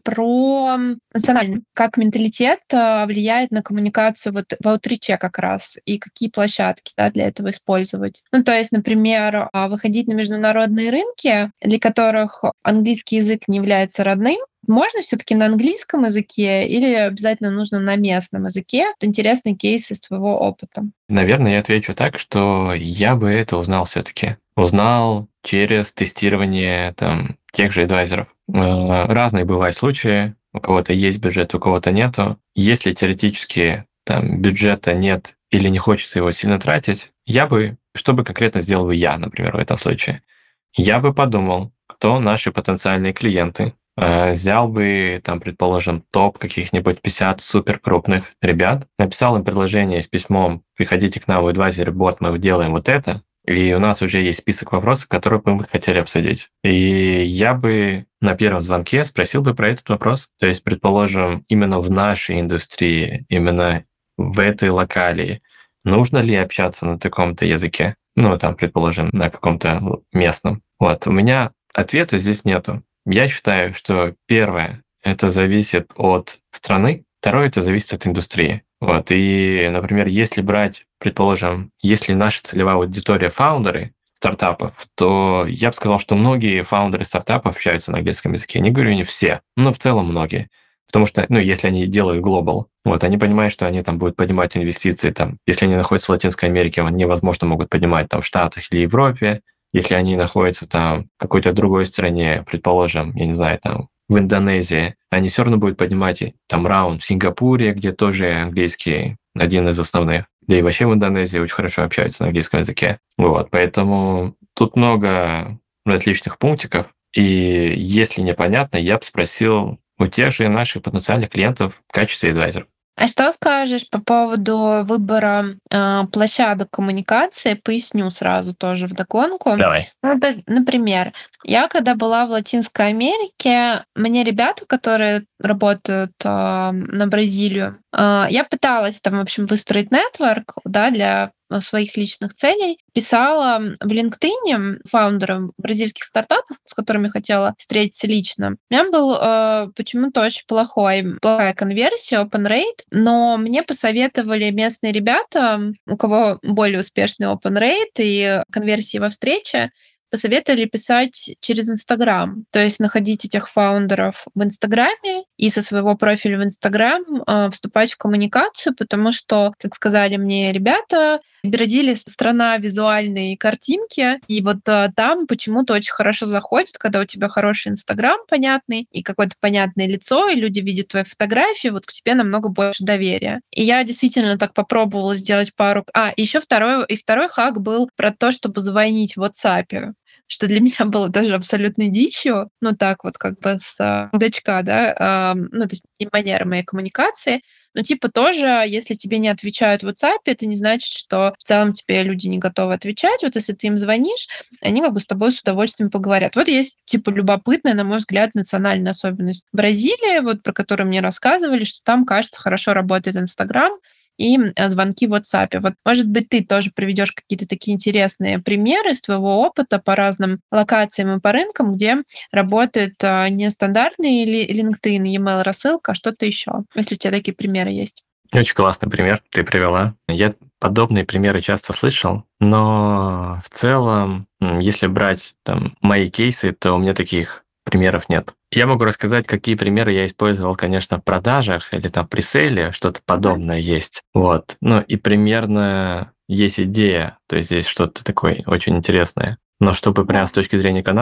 про национальный, как менталитет влияет на коммуникацию вот в аутриче как раз, и какие площадки, да, для этого использовать. Ну, то есть, например, выходить на международные рынки, для которых английский язык не является родным, можно все-таки на английском языке или обязательно нужно на местном языке? Вот интересный кейс из твоего опыта. Наверное, я отвечу так, что я бы это узнал все-таки. Узнал через тестирование там тех же адвайзеров. Разные бывают случаи. У кого-то есть бюджет, у кого-то нету. Если теоретически там бюджета нет или не хочется его сильно тратить, что бы конкретно сделал бы я, например, в этом случае? Я бы подумал, кто наши потенциальные клиенты, взял бы, там, предположим, топ каких-нибудь 50 супер крупных ребят, написал им предложение с письмом «Приходите к нам в Advisory Board, мы делаем вот это», и у нас уже есть список вопросов, которые бы мы хотели обсудить. И я бы на первом звонке спросил бы про этот вопрос. То есть, предположим, именно в нашей индустрии, именно в этой локалии, нужно ли общаться на таком-то языке? Ну, там, предположим, на каком-то местном. Вот, у меня ответа здесь нету. Я считаю, что первое, это зависит от страны, второе, это зависит от индустрии. Вот, и, например, если брать, предположим, если наша целевая аудитория фаундеры стартапов, то я бы сказал, что многие фаундеры стартапов общаются на английском языке. Не говорю не все, но в целом многие. Потому что, ну, если они делают глобал, вот, они понимают, что они там будут поднимать инвестиции, там, если они находятся в Латинской Америке, они, возможно, могут поднимать там в Штатах или Европе, если они находятся там в какой-то другой стране, предположим, я не знаю, там, в Индонезии, они все равно будут поднимать там раунд в Сингапуре, где тоже английский один из основных. Да и вообще в Индонезии очень хорошо общаются на английском языке. Вот, поэтому тут много различных пунктиков, и если непонятно, я бы спросил у тех же наших потенциальных клиентов в качестве адвайзеров. А что скажешь по поводу выбора площадок коммуникации? Поясню сразу тоже вдогонку. Давай. Ну, например, я когда была в Латинской Америке, мне ребята, которые работают на Бразилию, я пыталась там, в общем, выстроить нетворк, да, для своих личных целей, писала в LinkedIn фаундерам бразильских стартапов, с которыми хотела встретиться лично. У меня был почему-то очень плохая конверсия, open rate, но мне посоветовали местные ребята, у кого более успешный open rate и конверсии во встрече, посоветовали писать через Инстаграм. То есть находить этих фаундеров в Инстаграме и со своего профиля в Инстаграм вступать в коммуникацию, потому что, как сказали мне ребята, Бразилия — страна визуальной картинки, и вот там почему-то очень хорошо заходит, когда у тебя хороший Инстаграм понятный и какое-то понятное лицо, и люди видят твои фотографии, вот к тебе намного больше доверия. И я действительно так попробовала сделать пару... еще второй хак был про то, чтобы звонить в WhatsApp, что для меня было тоже абсолютной дичью, ну так вот как бы с дочка, да, ну то есть не манера моей коммуникации, но типа тоже, если тебе не отвечают в WhatsApp, это не значит, что в целом тебе люди не готовы отвечать. Вот если ты им звонишь, они как бы с тобой с удовольствием поговорят. Вот есть типа любопытная, на мой взгляд, национальная особенность Бразилии, вот про которую мне рассказывали, что там, кажется, хорошо работает Инстаграм и звонки в WhatsApp. Вот, может быть, ты тоже приведешь какие-то такие интересные примеры из твоего опыта по разным локациям и по рынкам, где работает не стандартный LinkedIn, e-mail рассылка, а что-то еще, если у тебя такие примеры есть. Очень классный пример ты привела. Я подобные примеры часто слышал, но в целом, если брать там мои кейсы, то у меня таких примеров нет. Я могу рассказать, какие примеры я использовал, конечно, в продажах или там при сейле, что-то подобное есть. Вот. Ну и примерно есть идея, то есть здесь что-то такое очень интересное. Но чтобы прям с точки зрения каналов,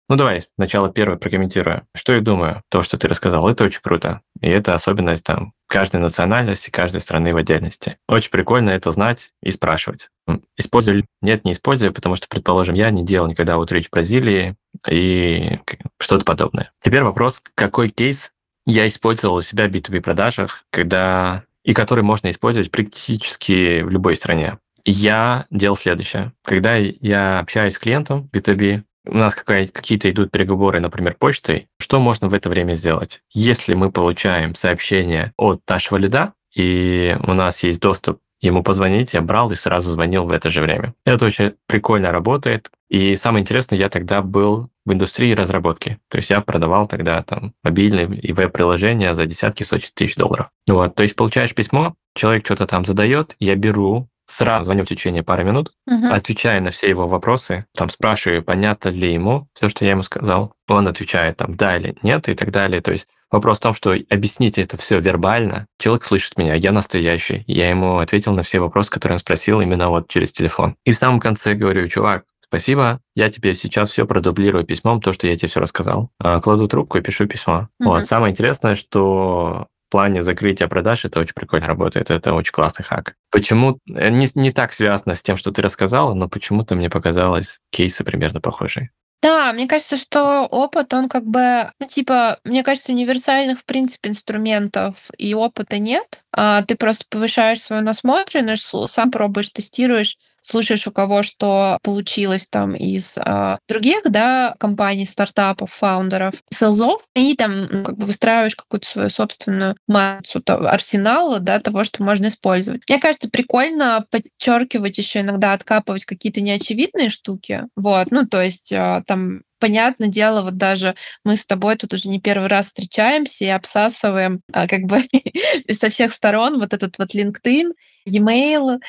Ну, давай сначала первое прокомментирую. Что я думаю? То, что ты рассказал, это очень круто. И это особенность там каждой национальности, каждой страны в отдельности. Очень прикольно это знать и спрашивать. Использовали? Нет, не использовали, потому что, предположим, я не делал никогда outreach в Бразилии и что-то подобное. Теперь вопрос, какой кейс я использовал у себя в B2B продажах, и который можно использовать практически в любой стране. Я делал следующее. Когда я общаюсь с клиентом B2B, у нас какие-то идут переговоры, например, почтой, что можно в это время сделать? Если мы получаем сообщение от нашего лида, и у нас есть доступ ему позвонить, я брал и сразу звонил в это же время. Это очень прикольно работает. И самое интересное, я тогда был в индустрии разработки. То есть я продавал тогда там мобильные и веб-приложения за десятки, сотни тысяч долларов. Вот, то есть получаешь письмо, человек что-то там задает, я беру, сразу звоню в течение пары минут, отвечаю на все его вопросы, там спрашиваю, понятно ли ему все, что я ему сказал. Он отвечает там да или нет и так далее. То есть вопрос в том, что объяснить это все вербально. Человек слышит меня, я настоящий. Я ему ответил на все вопросы, которые он спросил именно вот через телефон. И в самом конце говорю, чувак, спасибо, я тебе сейчас все продублирую письмом, то, что я тебе все рассказал. Кладу трубку и пишу письмо. Вот. Самое интересное, что в плане закрытия продаж это очень прикольно работает, это очень классный хак. Почему не так связано с тем, что ты рассказала, но почему-то мне показалось кейсы примерно похожие. Да, мне кажется, что опыт, он как бы, мне кажется, универсальных, в принципе, инструментов и опыта нет. Ты просто повышаешь свою насмотренность, сам пробуешь, тестируешь, слушаешь, у кого что получилось там из других, да, компаний, стартапов, фаундеров, селзов, и там как бы выстраиваешь какую-то свою собственную массу арсенала, да, того, что можно использовать. Мне кажется, прикольно подчеркивать еще иногда, откапывать какие-то неочевидные штуки. Вот, ну, то есть там понятное дело, вот даже мы с тобой тут уже не первый раз встречаемся и обсасываем как бы со всех сторон вот этот вот LinkedIn, e-mail,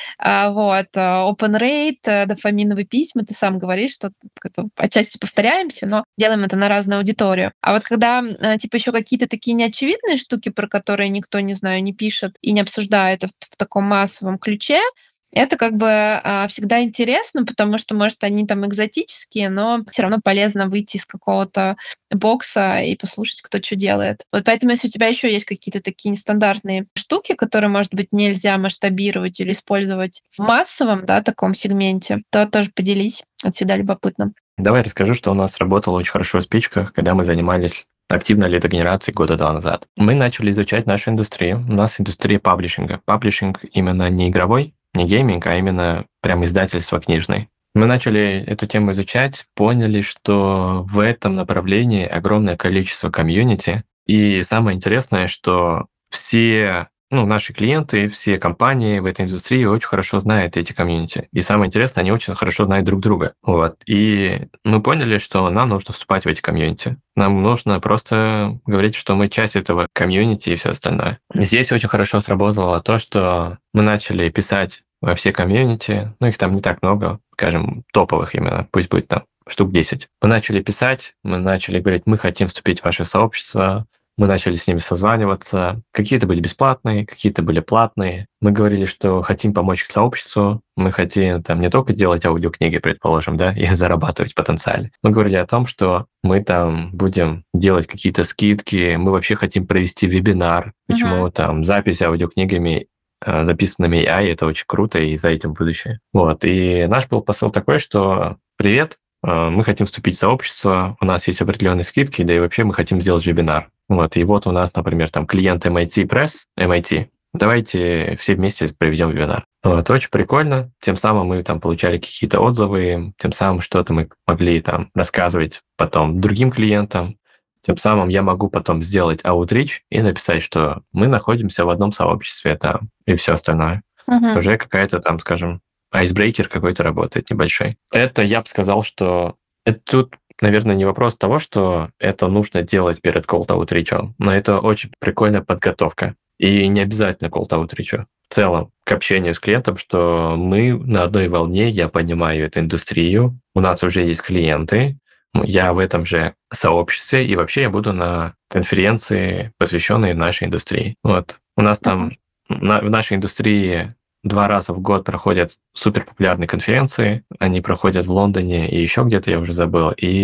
OpenRate, дофаминовые письма. Ты сам говоришь, что как бы отчасти повторяемся, но делаем это на разную аудиторию. А вот когда типа еще какие-то такие неочевидные штуки, про которые никто, не знаю, не пишет и не обсуждает в таком массовом ключе, это как бы всегда интересно, потому что, может, они там экзотические, но все равно полезно выйти из какого-то бокса и послушать, кто что делает. Вот поэтому, если у тебя еще есть какие-то такие нестандартные штуки, которые, может быть, нельзя масштабировать или использовать в массовом, да, таком сегменте, то тоже поделись. Это всегда любопытно. Давай расскажу, что у нас работало очень хорошо в спичках, когда мы занимались активно лидогенерацией года 2 назад. Мы начали изучать нашу индустрию. У нас индустрия паблишинга. Паблишинг именно не игровой, не гейминг, а именно прям издательство книжное. Мы начали эту тему изучать, поняли, что в этом направлении огромное количество комьюнити. И самое интересное, что все наши клиенты, все компании в этой индустрии очень хорошо знают эти комьюнити. И самое интересное, они очень хорошо знают друг друга. Вот. И мы поняли, что нам нужно вступать в эти комьюнити. Нам нужно просто говорить, что мы часть этого комьюнити и все остальное. Здесь очень хорошо сработало то, что мы начали писать во все комьюнити, их там не так много, скажем, топовых именно, пусть будет там штук 10. Мы начали писать, мы начали говорить, мы хотим вступить в ваше сообщество, мы начали с ними созваниваться. Какие-то были бесплатные, какие-то были платные. Мы говорили, что хотим помочь сообществу, мы хотим там не только делать аудиокниги, предположим, да, и зарабатывать потенциально. Мы говорили о том, что мы там будем делать какие-то скидки, мы вообще хотим провести вебинар, почему там запись аудиокнигами записанными AI, это очень круто, и за этим будущее. Вот. И наш был посыл такой, что привет, мы хотим вступить в сообщество, у нас есть определенные скидки, да и вообще мы хотим сделать вебинар. Вот. И вот у нас, например, там клиент MIT Press, MIT, давайте все вместе проведем вебинар. Вот. Очень прикольно. Тем самым мы там получали какие-то отзывы, тем самым что-то мы могли там рассказывать потом другим клиентам. Тем самым я могу потом сделать outreach и написать, что мы находимся в одном сообществе там, и все остальное. Уже какая-то там, скажем, айсбрейкер какой-то работает небольшой. Это я бы сказал, что это тут, наверное, не вопрос того, что это нужно делать перед cold outreach, но это очень прикольная подготовка. И не обязательно cold outreach. В целом, к общению с клиентом, что мы на одной волне, я понимаю эту индустрию, у нас уже есть клиенты, я в этом же сообществе, и вообще я буду на конференции, посвященной нашей индустрии. Вот. У нас там в нашей индустрии 2 раза в год проходят суперпопулярные конференции. Они проходят в Лондоне и еще где-то, я уже забыл. И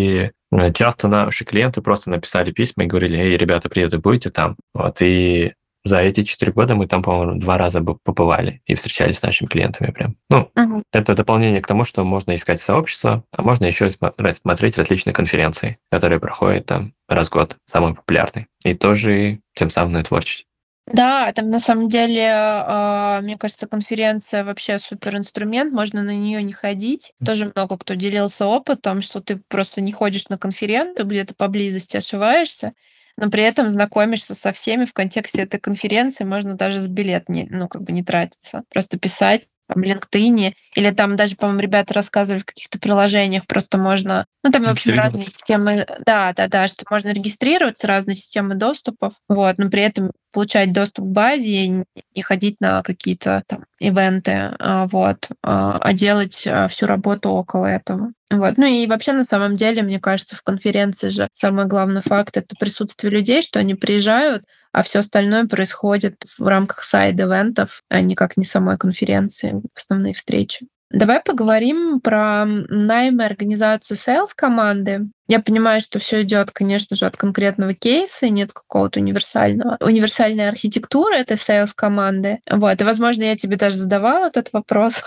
Часто наши клиенты просто написали письма и говорили: «Эй, ребята, привет, вы будете там?» Вот, и за эти 4 года мы там, по-моему, 2 раза побывали и встречались с нашими клиентами прям. Ну, Мгм. это дополнение к тому, что можно искать сообщество, а можно еще и смотреть различные конференции, которые проходят там раз в год, самый популярный, и тоже тем самым нетворчить. Да, там на самом деле, мне кажется, конференция вообще супер инструмент, можно на нее не ходить. Тоже много кто делился опытом, что ты просто не ходишь на конференцию, где-то поблизости ошиваешься, но при этом знакомишься со всеми в контексте этой конференции. Можно даже с билет не, ну, как бы не тратиться. Просто писать там в LinkedIn или там даже, по-моему, ребята рассказывали в каких-то приложениях, просто можно, ну, там, в общем, разные Регистрироваться. системы, да, что можно регистрироваться, разные системы доступов, вот, но при этом получать доступ к базе и не ходить на какие-то там ивенты, вот, а делать всю работу около этого. Вот. Ну и вообще, на самом деле, мне кажется, в конференции же самый главный факт — это присутствие людей, что они приезжают, а все остальное происходит в рамках сайд-ивентов, а никак не самой конференции, основные встречи. Давай поговорим про найм и организацию сейлс-команды. Я понимаю, что все идет, конечно же, от конкретного кейса, и нет какого-то универсальной архитектуры этой сейлс-команды. Вот. И, возможно, я тебе даже задавала этот вопрос.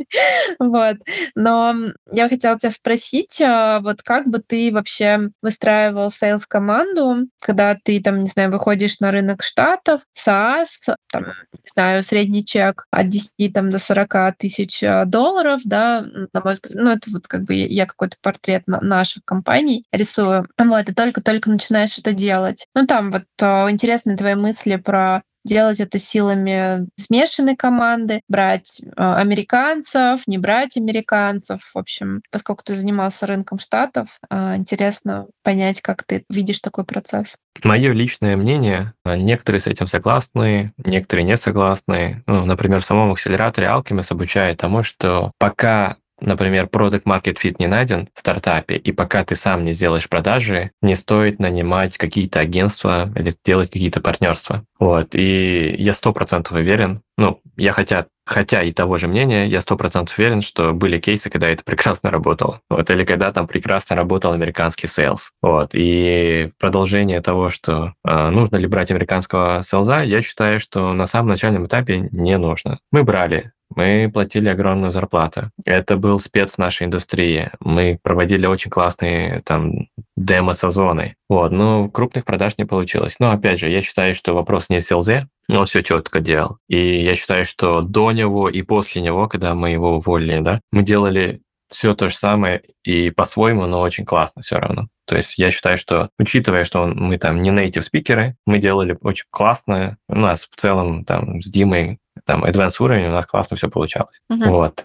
Вот. Но я хотела тебя спросить, вот как бы ты вообще выстраивал сейлс-команду, когда ты там, не знаю, выходишь на рынок Штатов, SaaS, там, не знаю, средний чек от 10 там, до 40 тысяч долларов, да, на мой взгляд, ну, это вот как бы я какой-то портрет наших компаний рисую. Вот, и только-только начинаешь это делать. Ну, там вот интересны твои мысли про делать это силами смешанной команды, брать американцев, не брать американцев. В общем, поскольку ты занимался рынком Штатов, интересно понять, как ты видишь такой процесс. Мое личное мнение, некоторые с этим согласны, некоторые не согласны. Ну, например, в самом акселераторе Alchemist обучает тому, что пока, например, Product Market Fit не найден в стартапе, и пока ты сам не сделаешь продажи, не стоит нанимать какие-то агентства или делать какие-то партнерства. Вот. И я 100% уверен, ну, я хотя и того же мнения, я 100% уверен, что были кейсы, когда это прекрасно работало. Вот, или когда там прекрасно работал американский сейлс. Вот. И продолжение того, что нужно ли брать американского сейлза, я считаю, что на самом начальном этапе не нужно. Мы брали, мы платили огромную зарплату. Это был спец в нашей индустрии. Мы проводили очень классные там демо-сезоны. Вот, но крупных продаж не получилось. Но опять же, я считаю, что вопрос не в селзе, он все четко делал. И я считаю, что до него и после него, когда мы его уволили, да, мы делали все то же самое и по-своему, но очень классно все равно. То есть я считаю, что, учитывая, что мы там не native спикеры, мы делали очень классно. У нас в целом там с Димой там advanced уровень, у нас классно все получалось. Мгм. Вот.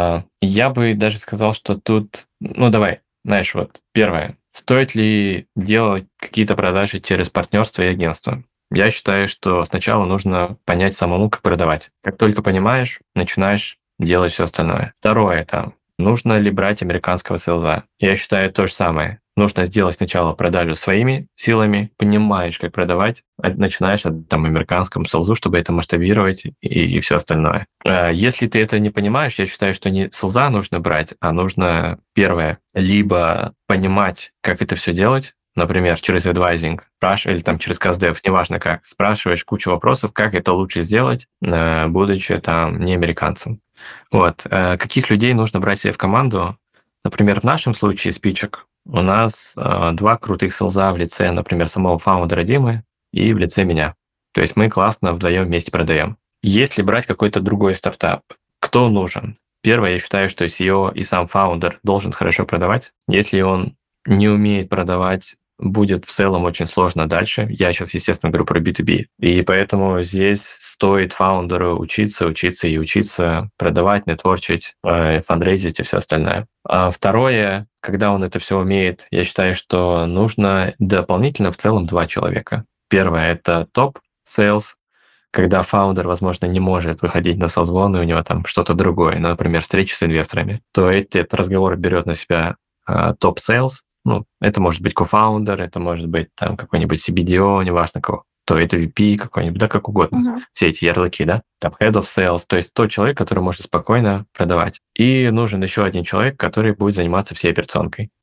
Я бы даже сказал, что тут, ну давай, знаешь, вот первое, стоит ли делать какие-то продажи через партнерство и агентство? Я считаю, что сначала нужно понять самому, как продавать. Как только понимаешь, начинаешь делать все остальное. Второе, там, нужно ли брать американского селза? Я считаю то же самое. Нужно сделать сначала продажу своими силами, понимаешь, как продавать, начинаешь от там, американскому селзу, чтобы это масштабировать и все остальное. Если ты это не понимаешь, я считаю, что не селза нужно брать, а нужно, первое, либо понимать, как это все делать, например, через адвайзинг, или там через КСДФ, неважно как, спрашиваешь кучу вопросов, как это лучше сделать, будучи там не американцем. Вот. Каких людей нужно брать себе в команду? Например, в нашем случае спичек у нас 2 крутых селза в лице, например, самого фаундера Димы и в лице меня. То есть мы классно вдвоем вместе продаем. Если брать какой-то другой стартап, кто нужен? Первое, я считаю, что CEO и сам фаундер должен хорошо продавать. Если он не умеет продавать, будет в целом очень сложно дальше. Я сейчас, естественно, говорю про B2B. И поэтому здесь стоит фаундеру учиться и учиться продавать, нетворчить, фандрейзить и все остальное. А второе, когда он это все умеет, я считаю, что нужно дополнительно в целом 2 человека. Первое — это топ-сейлс, когда фаундер, возможно, не может выходить на созвон, и у него там что-то другое, например, встречи с инвесторами, то этот разговор берет на себя топ-сейлс. Ну, это может быть кофаундер, это может быть там какой-нибудь CBDO, неважно кого, то это VP какой-нибудь, да, как угодно. Мгм. Все эти ярлыки, да, там Head of Sales, то есть тот человек, который может спокойно продавать. И нужен еще один человек, который будет заниматься всей операционкой.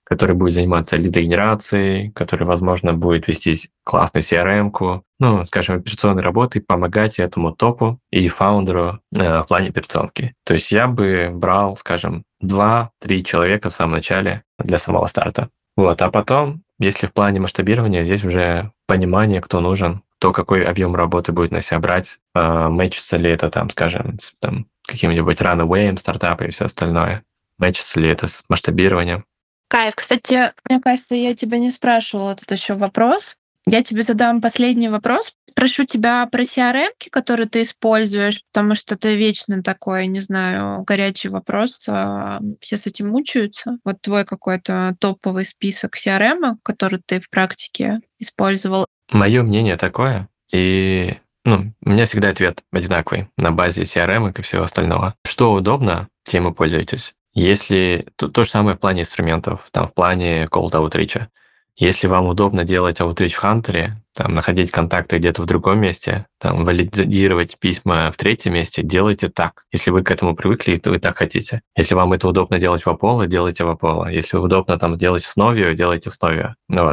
который будет заниматься лидогенерацией, который, возможно, будет вести классную CRM-ку, ну, скажем, операционной работой, помогать этому топу и фаундеру в плане операционки. То есть я бы брал, скажем, 2-3 человека в самом начале для самого старта. Вот, а потом, если в плане масштабирования, здесь уже понимание, кто нужен, то какой объем работы будет на себя брать, мэчится ли это, там, скажем, с каким-нибудь runaway стартапом и все остальное, мэчится ли это с масштабированием. Кайф. Кстати, мне кажется, я тебя не спрашивала тут еще вопрос. Я тебе задам последний вопрос. Прошу тебя про CRM-ки, которые ты используешь, потому что это вечно такой, не знаю, горячий вопрос. Все с этим мучаются. Вот твой какой-то топовый список CRM, который ты в практике использовал. Мое мнение такое, и у меня всегда ответ одинаковый на базе CRM и всего остального. Что удобно, тем и пользуйтесь. Если то же самое в плане инструментов, там в плане cold outreach. Если вам удобно делать outreach в Хантере, там находить контакты где-то в другом месте, там валидировать письма в третьем месте, делайте так. Если вы к этому привыкли, то вы так хотите. Если вам это удобно делать в Apollo, делайте в Apollo. Если удобно там делать в Snowio, делайте в Snowio.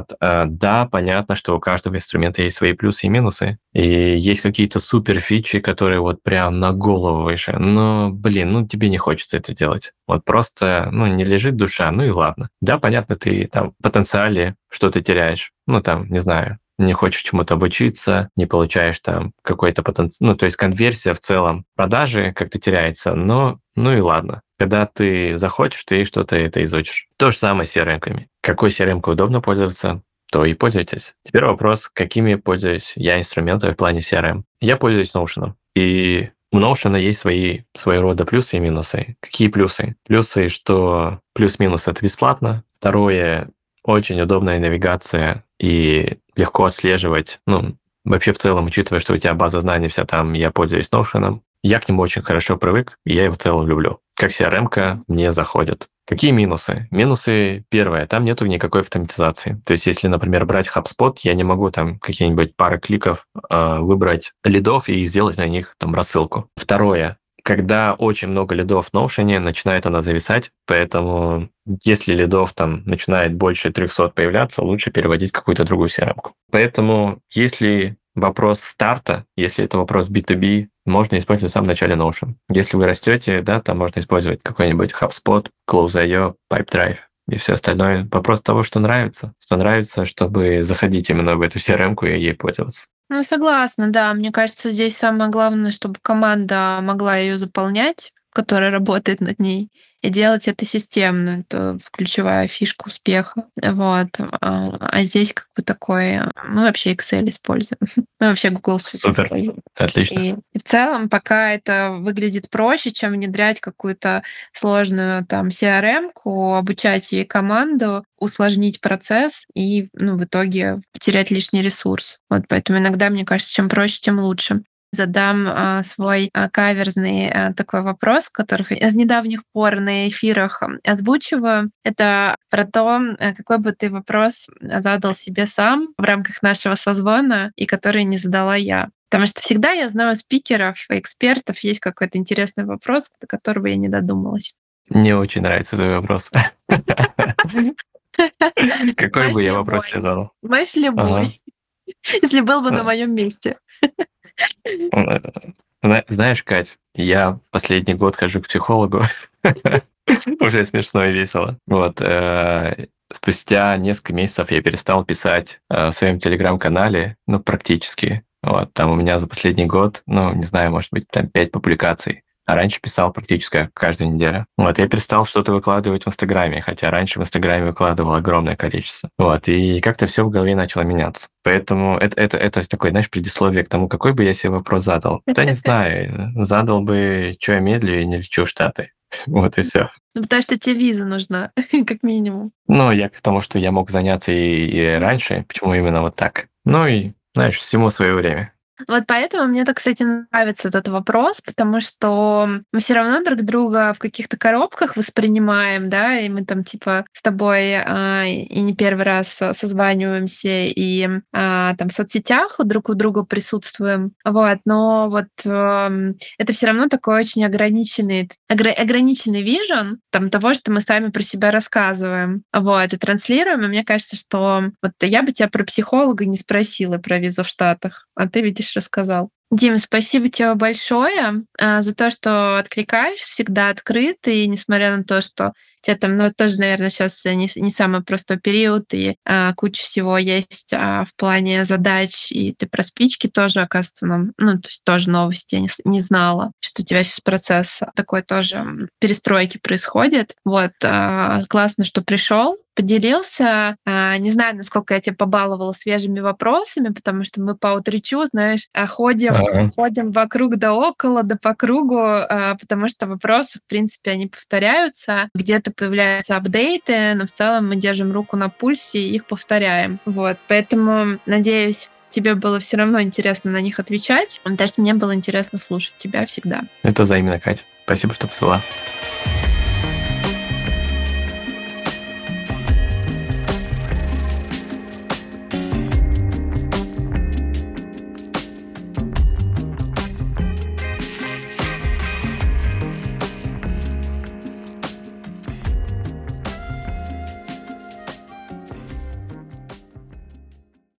Да, понятно, что у каждого инструмента есть свои плюсы и минусы, и есть какие-то супер фичи, которые вот прям на голову выше. Но, тебе не хочется это делать. Вот просто, не лежит душа, ну и ладно. Да, понятно, ты там в потенциале что-то теряешь. Не знаю, не хочешь чему-то обучиться, не получаешь там какой-то потенциал, то есть конверсия в целом продажи как-то теряется, но ну и ладно. Когда ты захочешь, ты что-то это изучишь. То же самое с CRM-ками. Какой CRM-кой удобно пользоваться, то и пользуйтесь. Теперь вопрос, какими пользуюсь я инструментами в плане CRM. Я пользуюсь Notion. И у Notion есть своего рода плюсы и минусы. Какие плюсы? Плюсы, что плюс-минус это бесплатно. Второе, очень удобная навигация и легко отслеживать. Вообще в целом, учитывая, что у тебя база знаний вся там, я пользуюсь Notion, я к нему очень хорошо привык, и я его в целом люблю. Как CRM-ка мне заходит. Какие минусы? Минусы, первое, там нету никакой автоматизации. То есть, если, например, брать HubSpot, я не могу там какие-нибудь пары кликов выбрать лидов и сделать на них там рассылку. Второе, когда очень много лидов в Notion, начинает она зависать, поэтому если лидов там начинает больше 300 появляться, лучше переводить в какую-то другую CRM-ку. Поэтому если вопрос старта, если это вопрос B2B, можно использовать в самом начале Notion. Если вы растете, да, там можно использовать какой-нибудь HubSpot, Close.io, Pipedrive и все остальное. Вопрос того, что нравится. Что нравится, чтобы заходить именно в эту CRM-ку и ей пользоваться. Согласна, да. Мне кажется, здесь самое главное, чтобы команда могла ее заполнять, которая работает над ней, и делать это системно. Это ключевая фишка успеха. Вот. А здесь как бы такое... Мы вообще Excel используем. Мы вообще Google Sheets Супер. используем. Отлично. И в целом, пока это выглядит проще, чем внедрять какую-то сложную там CRM-ку, обучать ей команду, усложнить процесс и в итоге потерять лишний ресурс. Вот поэтому иногда, мне кажется, чем проще, тем лучше. Задам свой каверзный такой вопрос, который с недавних пор на эфирах озвучиваю. Это про то, какой бы ты вопрос задал себе сам в рамках нашего созвона и который не задала я. Потому что всегда я знаю спикеров и экспертов, есть какой-то интересный вопрос, до которого я не додумалась. Мне очень нравится твой вопрос. Какой бы я вопрос себе задал? Можешь любой, если был бы на моем месте. Знаешь, Кать, я последний год хожу к психологу. Уже смешно и весело. Спустя несколько месяцев я перестал писать в своем телеграм-канале, практически. Там у меня за последний год, не знаю, может быть, там 5 публикаций. А раньше писал практически каждую неделю. Я перестал что-то выкладывать в Инстаграме, хотя раньше в Инстаграме выкладывал огромное количество. И как-то все в голове начало меняться. Поэтому это такое, знаешь, предисловие к тому, какой бы я себе вопрос задал. Да не знаю, задал бы, что я медлю и не лечу в Штаты. Вот и все. Потому что тебе виза нужна, как минимум. Я к тому, что я мог заняться и раньше, почему именно вот так. И, знаешь, всему свое время. Вот поэтому мне так, кстати, нравится этот вопрос, потому что мы все равно друг друга в каких-то коробках воспринимаем, да, и мы там типа с тобой и не первый раз созваниваемся, и там в соцсетях друг у друга присутствуем, вот, но вот это все равно такой очень ограниченный вижен там того, что мы сами про себя рассказываем, вот, и транслируем, и мне кажется, что вот я бы тебя про психолога не спросила про визу в Штатах, а ты, видишь, рассказал. Дим, спасибо тебе большое за то, что откликаешься, всегда открыт, и несмотря на то, что у тебя там, ну, тоже, наверное, сейчас не самый простой период, и куча всего есть в плане задач, и ты про спички тоже, оказывается, нам, ну, то есть тоже новости, я не знала, что у тебя сейчас процесс такой тоже перестройки происходит. Вот, классно, что пришел, поделился. Не знаю, насколько я тебя побаловала свежими вопросами, потому что мы по утречу, знаешь, ходим вокруг да около, да по кругу, потому что вопросы, в принципе, они повторяются. Где-то появляются апдейты, но в целом мы держим руку на пульсе и их повторяем. Вот, поэтому, надеюсь, тебе было все равно интересно на них отвечать, потому что мне было интересно слушать тебя всегда. Это взаимно, Кать. Спасибо, что позвала.